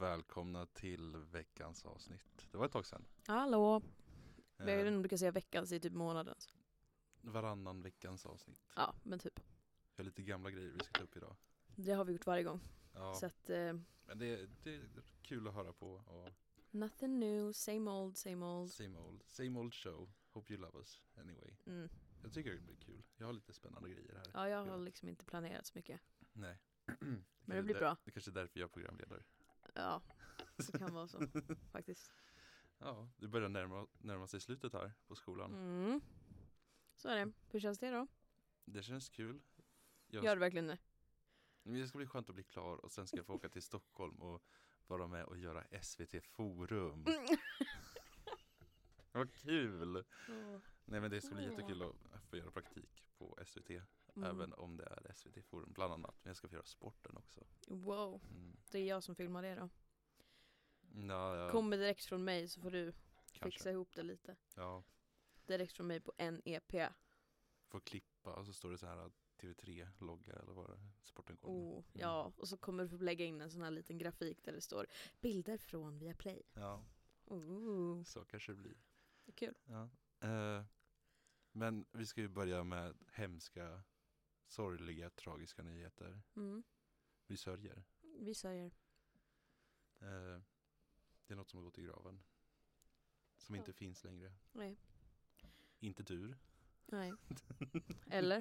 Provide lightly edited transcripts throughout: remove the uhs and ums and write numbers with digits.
välkomna till veckans avsnitt. Det var ett tag sedan. Hallå. Jag vet inte om du kan säga veckans i typ månaden. Varannan veckans avsnitt. Ja, men typ. Jag har lite gamla grejer vi ska ta upp idag. Det har vi gjort varje gång. Ja, Så att, men det är kul att höra på. Och nothing new, same old, same old. Same old show. Hope you love us anyway. Mm. Jag tycker det blir kul. Jag har lite spännande grejer här. Ja, jag har liksom inte planerat så mycket. Nej. Men det blir bra. Det kanske är därför jag är programledare. Ja, det kan vara så faktiskt. Ja, det börjar närma sig slutet här på skolan. Mm. Så är det. Hur känns det då? Det känns kul. Gör det verkligen det? Det ska bli skönt att bli klar och sen ska jag få åka till Stockholm och vara med och göra SVT Forum. Vad kul! Nej, men det ska bli jättekul att få göra praktik på SVT. Även om det är SVT Forum bland annat. Men jag ska få göra sporten också. Wow, det är jag som filmar det då. Ja. Kommer direkt från mig så får du Kanske fixa ihop det lite. Ja. Direkt från mig på NEP. Får klippa och så står det så här TV3-logga eller vad det sporten går. Ja, och så kommer du få lägga in en sån här liten grafik där det står bilder från Viaplay. Ja. Så kanske det blir. Det är kul. Ja. Men vi ska ju börja med hemska, sorgliga, tragiska nyheter. Vi sörjer. Vi sörjer. Det är något som har gått i graven. Som inte finns längre. Nej. Inte tur. Nej. Eller?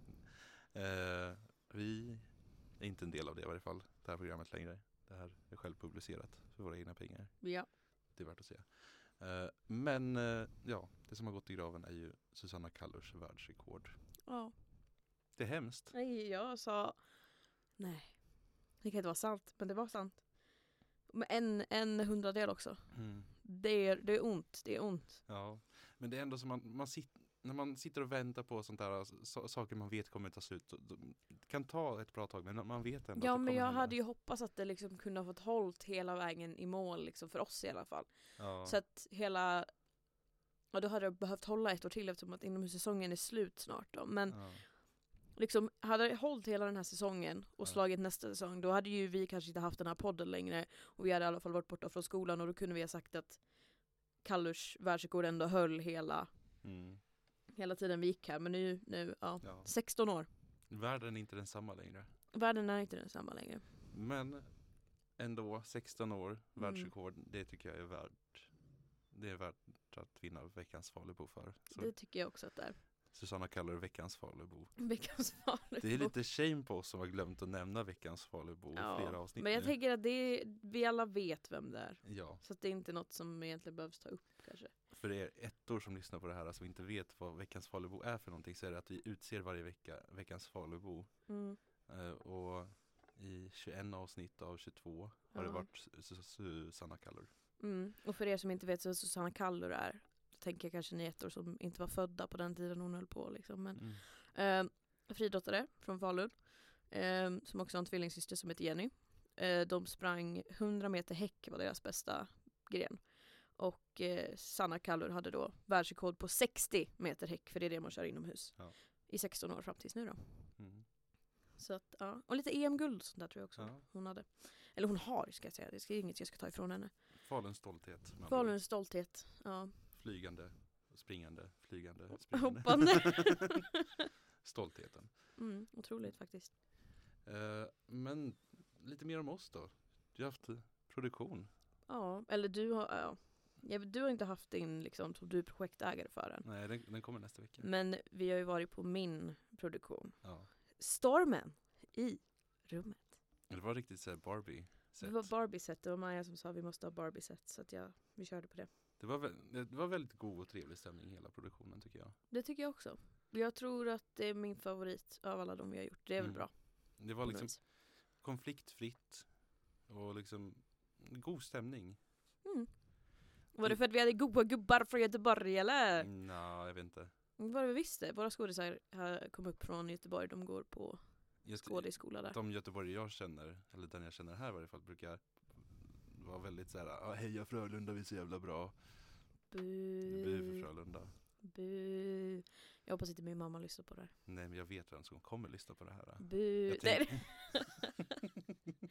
Vi är inte en del av det i varje fall. Det här programmet längre. Det här är självpublicerat för våra egna pengar. Ja. Det är värt att se. Men ja, det som har gått i graven är ju Susanna Kallurs världsrekord. Ja. Det är hemskt. Nej, jag sa nej. Det kan inte vara sant, men det var sant. Med en hundradel också. Det är ont, det är ont. Ja, men det är ändå som när man sitter och väntar på sånt där saker man vet kommer ta slut. Det kan ta ett bra tag, men man vet ändå ja, att det men jag hända. hade ju hoppats att det liksom kunde ha fått hållt hela vägen i mål liksom, för oss i alla fall. Ja. Så att då hade det behövt hålla ett år till eftersom att inomhussäsongen är slut snart då. Men liksom, hade det hållit hela den här säsongen och slagit nästa säsong, då hade ju vi kanske inte haft den här podden längre och vi hade i alla fall varit borta från skolan och då kunde vi ha sagt att Kallurs världsrekord ändå höll hela tiden vi gick här. Men nu 16 år. Världen är inte densamma längre. Världen är inte densamma längre. Men ändå 16 år, världsrekord, det tycker jag är värt. Det är värt att vinna veckans Falubo för. Så det tycker jag också att det är. Susanna kallar det veckans Falubo. Veckans Falubo. Det är lite shame på oss som har glömt att nämna veckans Falubo i flera avsnitt. Men jag tänker att vi alla vet vem det är. Ja. Så att det är inte något som egentligen behövs ta upp kanske. För er ettor som lyssnar på det här som inte vet vad veckans Falubo är för någonting, så är det att vi utser varje vecka veckans Falubo. Och i 21 avsnitt av 22 har det varit Susanna Kallur. Och för er som inte vet så Susanna Kallur är, tänker jag kanske ni ettor som inte var födda på den tiden hon höll på liksom. Men friidrottare från Falun som också har en tvillingsyster som heter Jenny. De sprang 100 meter häck var deras bästa gren. Och Susanna Kallur hade då världsrekord på 60 meter häck, för det är det man kör inomhus. I 16 år fram tills nu då. Så att, ja. Och lite EM-guld och sånt där tror jag också hon hade. Eller hon har, ska jag säga. Det är inget jag ska ta ifrån henne. Faluns stolthet. Faluns stolthet, ja. Flygande, springande, springande. Hoppande. Stoltheten. Otroligt faktiskt. Men lite mer om oss då. Du har haft produktion. Ja, eller du har inte haft din liksom, som du är projektägare för den. Nej, den kommer nästa vecka. Men vi har ju varit på min produktion. Ja. Stormen i rummet. Det var riktigt så här Barbie-set. Det var Barbie-set. Det var Maja som sa att vi måste ha Barbie-set. Så att vi körde på det. Det var väldigt god och trevlig stämning i hela produktionen tycker jag. Det tycker jag också. Jag tror att det är min favorit av alla de vi har gjort. Det är väl bra. Det var liksom konfliktfritt och liksom god stämning. Var det för att vi hade goda gubbar från Göteborg eller? Nej, jag vet inte. Vad var det vi visste? Våra skådisar kom upp från Göteborg. De går på skådisskola där. De Göteborg jag känner, eller den jag känner här i varje fall, brukar vara väldigt så här: heja Frölunda, vi är så jävla bra. Bu för Frölunda. Bu. Jag hoppas inte min mamma lyssnar på det här. Nej, men jag vet vem som kommer lyssna på det här. Bu.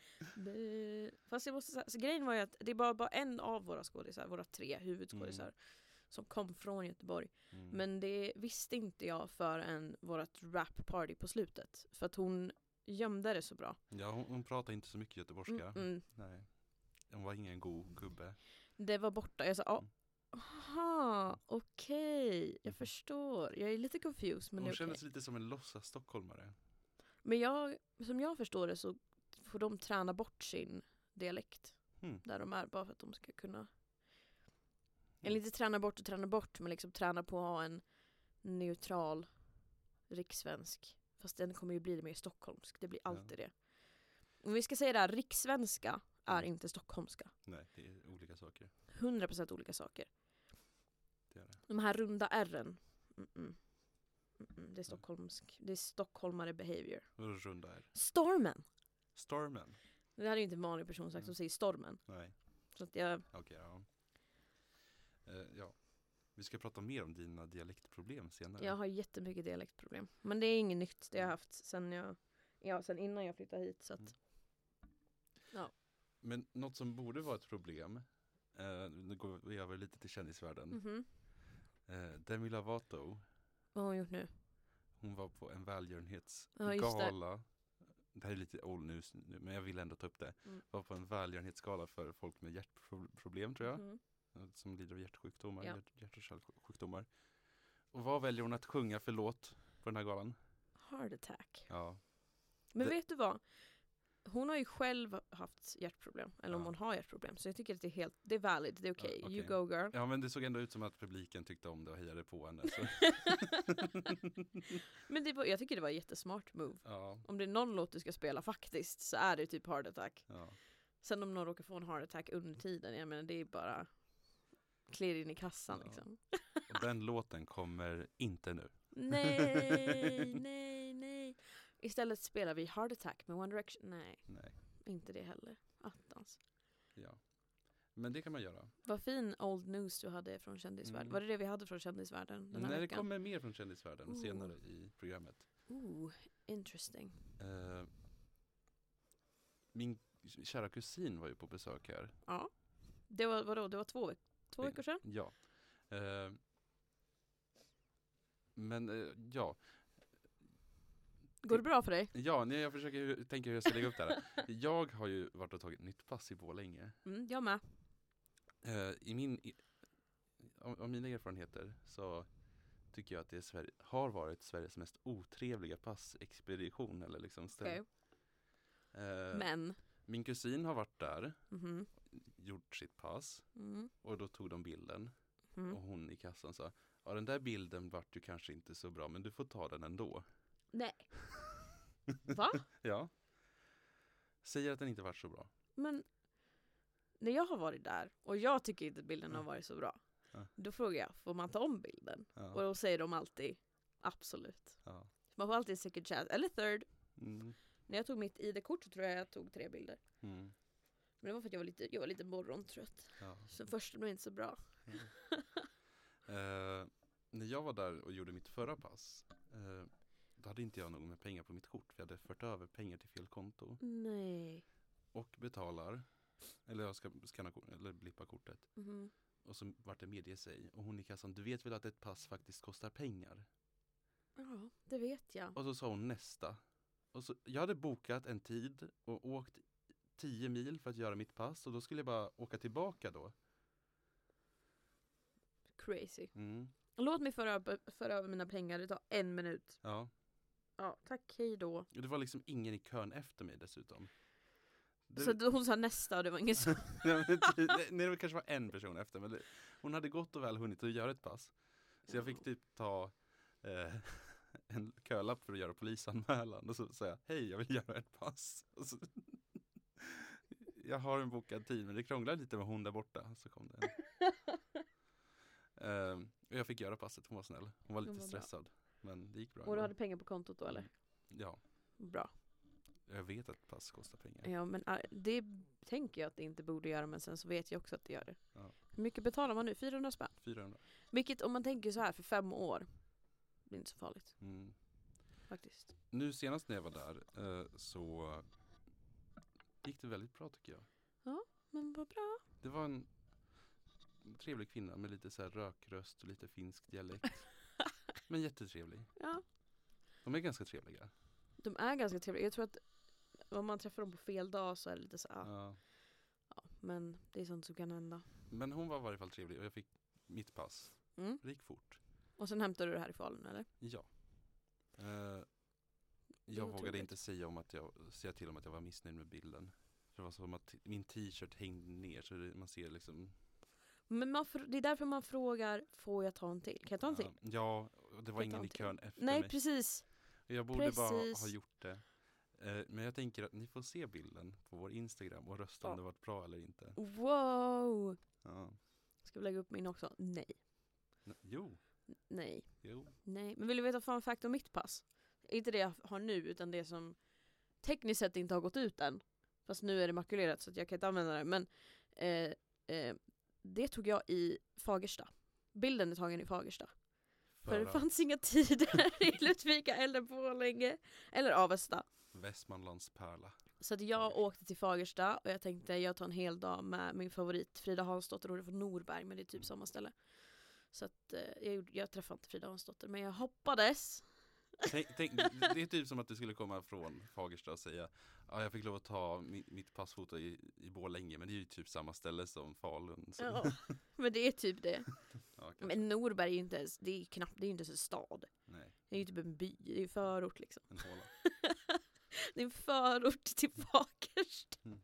Fast jag måste säga, så grejen var ju att det är bara en av våra skådisar, våra 3 huvudskådisar som kom från Göteborg. Men det visste inte jag förrän vårat rap party på slutet. För att hon gömde det så bra. Ja, hon pratade inte så mycket göteborgska. Nej. Hon var ingen god gubbe. Det var borta. Jag sa, aha, okej. Jag förstår. Jag är lite confused, men hon det är kändes lite som en låtsas stockholmare. Men som jag förstår det så får de träna bort sin dialekt. Där de är, bara för att de ska kunna... Eller inte träna bort, men liksom träna på att ha en neutral rikssvensk. Fast den kommer ju bli det mer stockholmsk. Det blir alltid det. Om vi ska säga det här, rikssvenska är inte stockholmska. Nej, det är olika saker. 100% olika saker. Det är det. De här runda R:en. Det är stockholmsk. Det är stockholmare behavior. Vad är runda R? Stormen! Stormen? Det hade ju inte en vanlig person sagt som säger stormen. Nej. Så att jag... Okej, ja. Ja. Vi ska prata mer om dina dialektproblem senare. Jag har jättemycket dialektproblem. Men det är inget nytt. Det har jag haft sen innan jag flyttade hit. Så att, ja. Men något som borde vara ett problem, nu går vi över lite till kändisvärlden. Demi Lovato. Vad har hon gjort nu? Hon var på en välgörenhetsgala. Det här är lite old news nu, men jag vill ändå ta upp det. Var på en välgörenhetsgala för folk med hjärtproblem, tror jag. Som lider av hjärtsjukdomar, hjärt- och kärlsjukdomar. Och vad väljer hon att sjunga för låt på den här galan? Heart attack. Ja. Men vet du vad? Hon har ju själv haft hjärtproblem. Eller om hon har hjärtproblem. Så jag tycker att det är valid. Det är okej. You go girl. Ja, men det såg ändå ut som att publiken tyckte om det och hejade på henne. Så. Men jag tycker det var en jättesmart move. Ja. Om det är någon låt du ska spela faktiskt så är det typ heart attack. Ja. Sen om någon råkar få en heart attack under tiden, jag menar det är bara klirr in i kassan liksom. Och den låten kommer inte nu. Nej. Istället spelar vi Heart Attack med One Direction. Nej. Inte det heller. Attans. Ja. Men det kan man göra. Vad fin old news du hade från kändisvärlden. Var det vi hade från kändisvärlden den här veckan? Det kommer mer från kändisvärlden senare i programmet. Interesting. Min kära kusin var ju på besök här. Ja. Det var vadå? Det var 2 veckor sedan? Ja. Men ja. Går det bra för dig? Ja, jag försöker tänka hur jag ska lägga upp det här. Jag har ju varit och tagit nytt pass i Borlänge. Jag med. Av mina erfarenheter så tycker jag att det har varit Sveriges mest otrevliga passexpedition. Eller liksom ställe. Men? Min kusin har varit där, gjort sitt pass och då tog de bilden. Och hon i kassan sa, ja den där bilden vart ju kanske inte så bra, men du får ta den ändå. Nej. Va? Ja. Säger att den inte varit så bra. Men när jag har varit där och jag tycker inte bilden har varit så bra, då frågar jag, får man ta om bilden? Och då säger de alltid, absolut. Man får alltid en second chance, eller third. När jag tog mitt ID-kort så tror jag tog 3 bilder. Men det var för att jag var lite morgontrött. Så först blev det inte så bra. När jag var där och gjorde mitt förra pass, då hade inte jag nog med pengar på mitt kort. För jag hade fört över pengar till fel konto. Nej. Och betalar. Eller jag ska scanna eller blippa kortet. Och så vart det medge sig. Och hon i kassan, du vet väl att ett pass faktiskt kostar pengar? Ja, det vet jag. Och så sa hon nästa. Och så, jag hade bokat en tid och åkt 10 mil för att göra mitt pass. Och då skulle jag bara åka tillbaka då. Crazy. Låt mig föra över mina pengar. Det tar 1 minut. Ja. Ja, tack. Hej då. Det var liksom ingen i kön efter mig dessutom. Så hon sa nästa och det var ingen som... Nej, det kanske var en person efter. Men hon hade gott och väl hunnit att göra ett pass. Så jag fick typ ta en kölapp för att göra polisanmälan. Och så sa jag, hej jag vill göra ett pass. Och så, jag har en bokad tid men det krånglade lite med hon där borta. Så kom det och jag fick göra passet, hon var snäll. Hon var lite stressad. Men det gick bra. Och du hade pengar på kontot då eller? Ja. Bra. Jag vet att pass kostar pengar. Ja, men det tänker jag att det inte borde göra, men sen så vet jag också att det gör det. Ja. Hur mycket betalar man nu? 400 spänn? 400. Vilket om man tänker så här för 5 år, det är inte så farligt. Mm. Faktiskt. Nu senast när jag var där så gick det väldigt bra tycker jag. Ja, men vad bra. Det var en trevlig kvinna med lite så här rökröst och lite finsk dialekt. Men jättetrevlig. Ja. De är ganska trevliga. De är ganska trevliga. Jag tror att om man träffar dem på fel dag så är det lite så här. Ja. Ja, men det är sånt som kan hända. Men hon var i varje fall trevlig och jag fick mitt pass. Mm. Det gick fort. Och sen hämtade du det här i Falun, eller? Ja. Jag vågade inte säga till om att jag var missnöjd med bilden. För det var som att min t-shirt hängde ner så man ser liksom... Men det är därför man frågar, får jag ta en till? Kan jag ta en till? Ja, det var ingen i kön efter Nej, mig. precis. Jag borde bara ha gjort det. Men jag tänker att ni får se bilden på vår Instagram och rösta om det var bra eller inte. Wow! Ja. Ska vi lägga upp min också? Nej. Jo. Nej. Jo. Nej. Men vill du veta fun fact om mitt pass? Inte det jag har nu, utan det som tekniskt sett inte har gått ut än. Fast nu är det makulerat så att jag kan inte använda det. Men det tog jag i Fagersta. Bilden är tagen i Fagersta. För det fanns inga tider i Ludvika eller Borlänge. Eller Avesta. Västmanlands pärla. Så att jag åkte till Fagersta och jag tänkte jag tar en hel dag med min favorit Frida Hansdotter, och det var Norberg, men det är typ samma ställe. Så att jag träffade inte Frida Hansdotter, men jag hoppades. Tänk, det är typ som att du skulle komma från Fagersta och säga jag fick lov att ta mitt passfoto i Borlänge, men det är ju typ samma ställe som Falun. Så. Ja, men det är typ det. Ja, men Norberg är ju inte ens, det är ju inte ens en stad. Nej. Det är ju typ en by, det är ju förort liksom. En håla. Det är en förort till Fagersta. Mm.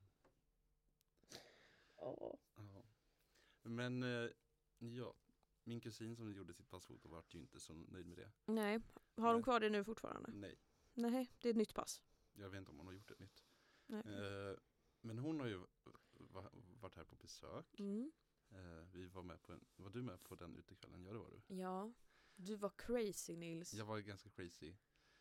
Ja. Men min kusin som gjorde sitt passfoto var ju inte så nöjd med det. Nej, har de kvar det nu fortfarande? Nej. Nej, det är ett nytt pass. Jag vet inte om hon har gjort ett nytt. Nej. Men hon har ju varit här på besök. Mm. Var du med på den utekvällen? Ja, det var du. Ja, du var crazy, Nils. Jag var ganska crazy.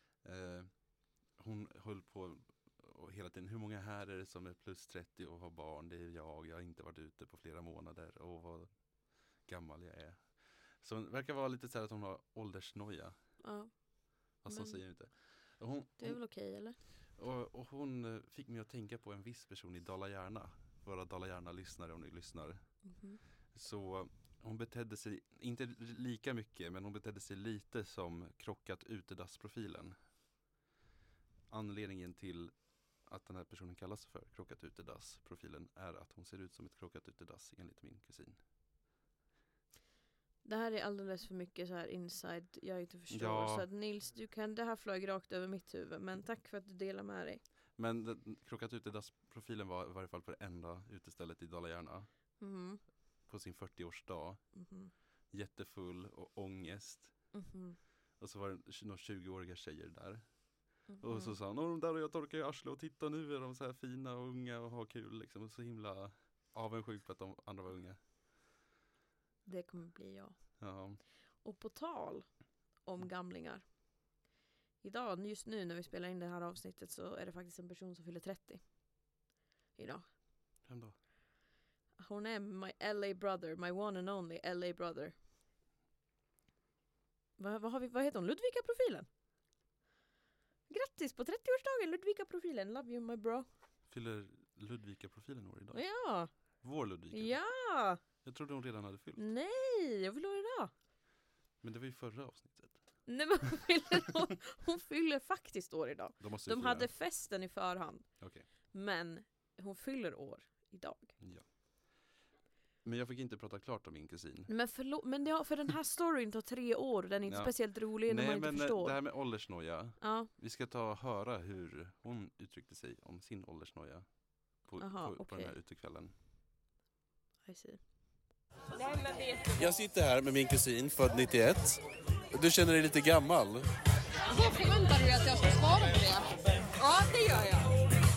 Hon höll på och hela tiden, hur många här är det som är plus 30 och har barn? Det är jag har inte varit ute på flera månader och vad gammal jag är. Så det verkar vara lite så här att hon har åldersnoja. Ja. Fast hon säger inte. Det är väl okej, eller? Och hon fick mig att tänka på en viss person i Dala-Järna. Våra Dala-Järna-lyssnare, om ni lyssnar. Mm-hmm. Så hon betedde sig, inte lika mycket, men hon betedde sig lite som krockat utedassprofilen. Anledningen till att den här personen kallas för krockat utedassprofilen är att hon ser ut som ett krockat utedass enligt min kusin. Det här är alldeles för mycket så här inside jag inte förstår. Ja. Så att Nils, det här flög rakt över mitt huvud. Men tack för att du delar med dig. Men krockat utedassprofilen var i varje fall på det enda utestället i Dala-Järna. Mm. På sin 40-årsdag. Mm. Jättefull och ångest. Mm. Och så var det några 20-åriga tjejer där. Mm. Och så sa han, de där har jag torkat i arslet och titta nu är de så här fina och unga och har kul liksom. Och så himla avundsjuk på att de andra var unga. Det kommer bli jag. Ja. Och på tal om gamlingar. Idag, just nu när vi spelar in det här avsnittet, så är det faktiskt en person som fyller 30. Idag. Vem då? Hon är my LA brother, my one and only LA brother. Vad heter hon? Ludvika-profilen. Grattis på 30-årsdagen, Ludvika-profilen. Love you, my bro. Fyller Ludvika-profilen år idag? Ja. Vår Ludvika? Ja. Jag trodde hon redan hade fyllt. Nej, jag fyller idag. Men det var ju förra avsnittet. Nej, men hon fyller faktiskt år idag. De hade festen i förhand. Okay. Men hon fyller år idag. Ja. Men jag fick inte prata klart om min kusin. Men för den här storyn tar 3 år. Den är inte speciellt rolig när man inte förstår. Det här med åldersnoja. Ja. Vi ska ta och höra hur hon uttryckte sig om sin åldersnoja på den här utekvällen. I see. Jag sitter här med min kusin, född 91. Du känner dig lite gammal. Vad förväntar du att jag ska svara på det? Ja, det gör jag.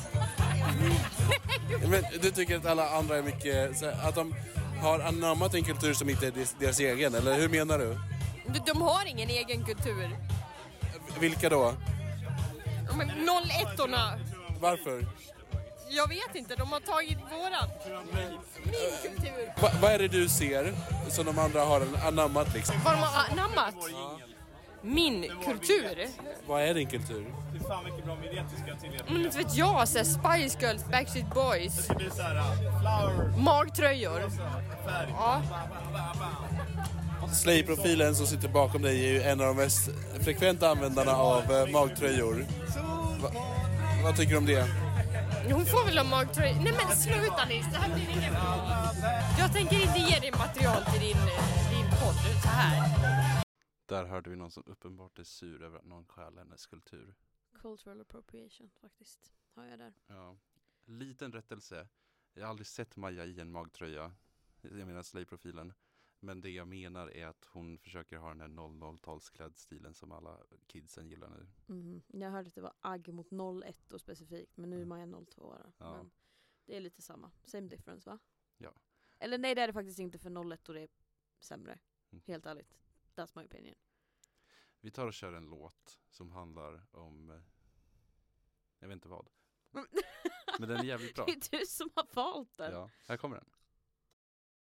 Men du tycker att alla andra är mycket, att de har anammat en kultur som inte är deras egen, eller hur menar du? De har ingen egen kultur. Vilka då? 01-orna. Varför? Jag vet inte, de har tagit min kultur. Vad är det du ser som de andra har anammat liksom? Vad de har anammat? Min kultur? Vad är din kultur? Det är fan mycket bra med etiska tillgängliga. Men inte vet jag, såhär Spice Girls, Backstreet Boys. Det blir såhär flower. Magtröjor. Färg. Ja. Slay-profilen som sitter bakom dig är ju en av de mest frekventa användarna av magtröjor. Vad tycker du om det? Hon får väl ha magtröjor. Nej men sluta Nils, det här blir ingen bra. Jag tänker inte ge dig material till din podd så här. Där hörde vi någon som uppenbart är sur över att någon stjäl hennes kultur. Cultural appropriation faktiskt, har jag där. Ja. Liten rättelse. Jag har aldrig sett Maja i en magtröja. Jag menar Slay-profilen. Men det jag menar är att hon försöker ha den här 00-talsklädstilen som alla kidsen gillar nu. Jag hörde att det var agg mot 01 då specifikt, men nu är Maja 02. Ja. Men det är lite samma. Same difference, va? Ja. Eller nej, det är det faktiskt inte, för 01 och det är sämre. Helt ärligt. That's my opinion. Vi tar och kör en låt som handlar om jag vet inte vad. Men den är jävligt bra. Det är du som har valt den. Ja, här kommer den.